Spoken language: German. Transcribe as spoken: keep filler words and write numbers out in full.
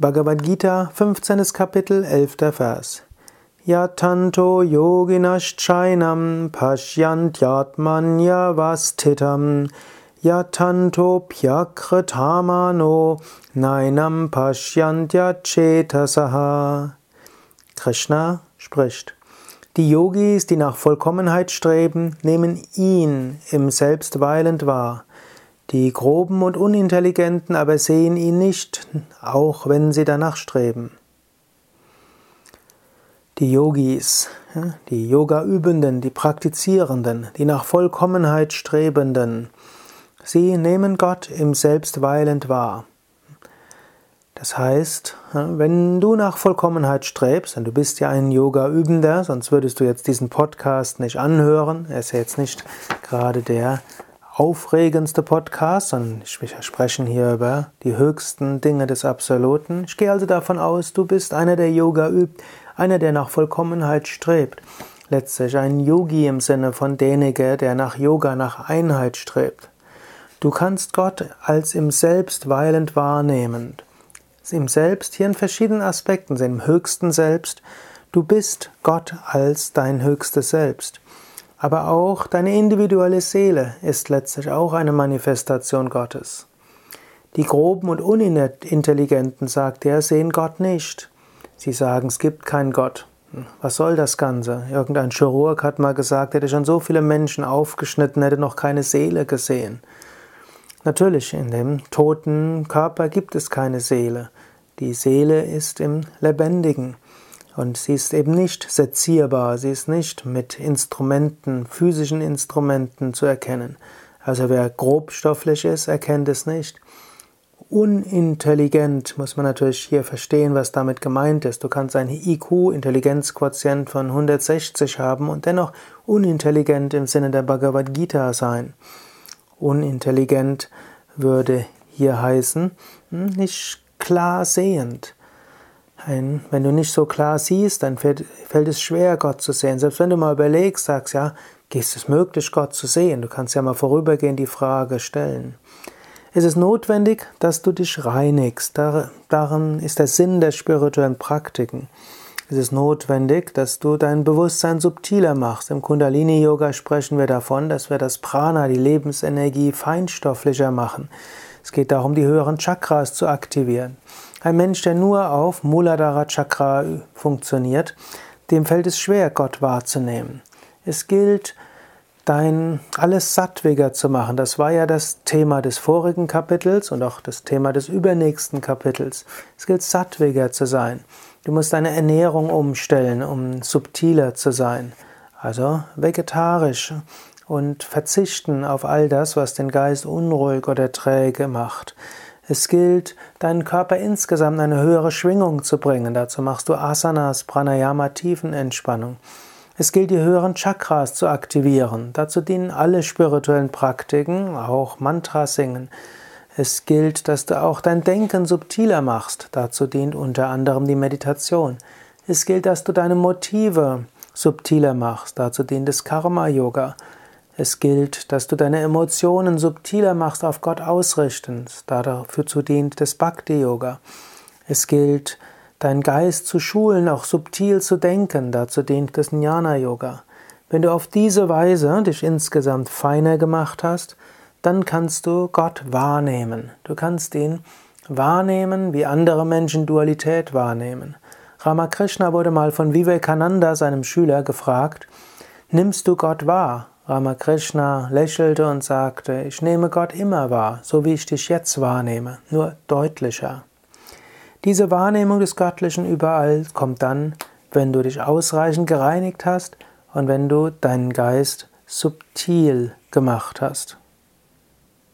Bhagavad Gita, fünfzehntes Kapitel, elfter Vers. Yatanto yoginaschainam pasyantyatmanyavastitam yatanto pyakritamano nainam pasyantyachetasaha. Krishna spricht: Die Yogis, die nach Vollkommenheit streben, nehmen ihn im Selbst weilend wahr. Die Groben und Unintelligenten aber sehen ihn nicht, auch wenn sie danach streben. Die Yogis, die Yoga-Übenden, die Praktizierenden, die nach Vollkommenheit Strebenden, sie nehmen Gott im Selbst weilend wahr. Das heißt, wenn du nach Vollkommenheit strebst, und du bist ja ein Yoga-Übender, sonst würdest du jetzt diesen Podcast nicht anhören, er ist ja jetzt nicht gerade der aufregendste Podcast, sondern wir sprechen hier über die höchsten Dinge des Absoluten. Ich gehe also davon aus, du bist einer, der Yoga übt, einer, der nach Vollkommenheit strebt. Letztlich ein Yogi im Sinne von derjenige, der nach Yoga, nach Einheit strebt. Du kannst Gott als im Selbst weilend wahrnehmend. Im Selbst hier in verschiedenen Aspekten, im höchsten Selbst. Du bist Gott als dein höchstes Selbst. Aber auch deine individuelle Seele ist letztlich auch eine Manifestation Gottes. Die Groben und Unintelligenten, sagt er, sehen Gott nicht. Sie sagen, es gibt keinen Gott. Was soll das Ganze? Irgendein Chirurg hat mal gesagt, er hätte schon so viele Menschen aufgeschnitten, hätte noch keine Seele gesehen. Natürlich, in dem toten Körper gibt es keine Seele. Die Seele ist im Lebendigen. Und sie ist eben nicht sezierbar, sie ist nicht mit Instrumenten, physischen Instrumenten zu erkennen. Also wer grobstofflich ist, erkennt es nicht. Unintelligent muss man natürlich hier verstehen, was damit gemeint ist. Du kannst einen I Q, Intelligenzquotient von hundertsechzig haben und dennoch unintelligent im Sinne der Bhagavad Gita sein. Unintelligent würde hier heißen, nicht klar sehend. Ein, wenn du nicht so klar siehst, dann fällt, fällt es schwer, Gott zu sehen. Selbst wenn du mal überlegst, sagst, ja, ist es möglich, Gott zu sehen? Du kannst ja mal vorübergehend die Frage stellen. Es ist notwendig, dass du dich reinigst. Darin ist der Sinn der spirituellen Praktiken. Es ist notwendig, dass du dein Bewusstsein subtiler machst. Im Kundalini-Yoga sprechen wir davon, dass wir das Prana, die Lebensenergie, feinstofflicher machen. Es geht darum, die höheren Chakras zu aktivieren. Ein Mensch, der nur auf Muladhara Chakra funktioniert, dem fällt es schwer, Gott wahrzunehmen. Es gilt, dein alles sattwiger zu machen. Das war ja das Thema des vorigen Kapitels und auch das Thema des übernächsten Kapitels. Es gilt, sattwiger zu sein. Du musst deine Ernährung umstellen, um subtiler zu sein. Also vegetarisch und verzichten auf all das, was den Geist unruhig oder träge macht. Es gilt, deinen Körper insgesamt eine höhere Schwingung zu bringen. Dazu machst du Asanas, Pranayama, Tiefenentspannung. Es gilt, die höheren Chakras zu aktivieren. Dazu dienen alle spirituellen Praktiken, auch Mantra singen. Es gilt, dass du auch dein Denken subtiler machst. Dazu dient unter anderem die Meditation. Es gilt, dass du deine Motive subtiler machst. Dazu dient das Karma-Yoga. Es gilt, dass du deine Emotionen subtiler machst, auf Gott ausrichtend. Dafür dient das Bhakti-Yoga. Es gilt, deinen Geist zu schulen, auch subtil zu denken. Dazu dient das Jnana-Yoga. Wenn du auf diese Weise dich insgesamt feiner gemacht hast, dann kannst du Gott wahrnehmen. Du kannst ihn wahrnehmen, wie andere Menschen Dualität wahrnehmen. Ramakrishna wurde mal von Vivekananda, seinem Schüler, gefragt: Nimmst du Gott wahr? Ramakrishna lächelte und sagte: Ich nehme Gott immer wahr, so wie ich dich jetzt wahrnehme, nur deutlicher. Diese Wahrnehmung des Göttlichen überall kommt dann, wenn du dich ausreichend gereinigt hast und wenn du deinen Geist subtil gemacht hast.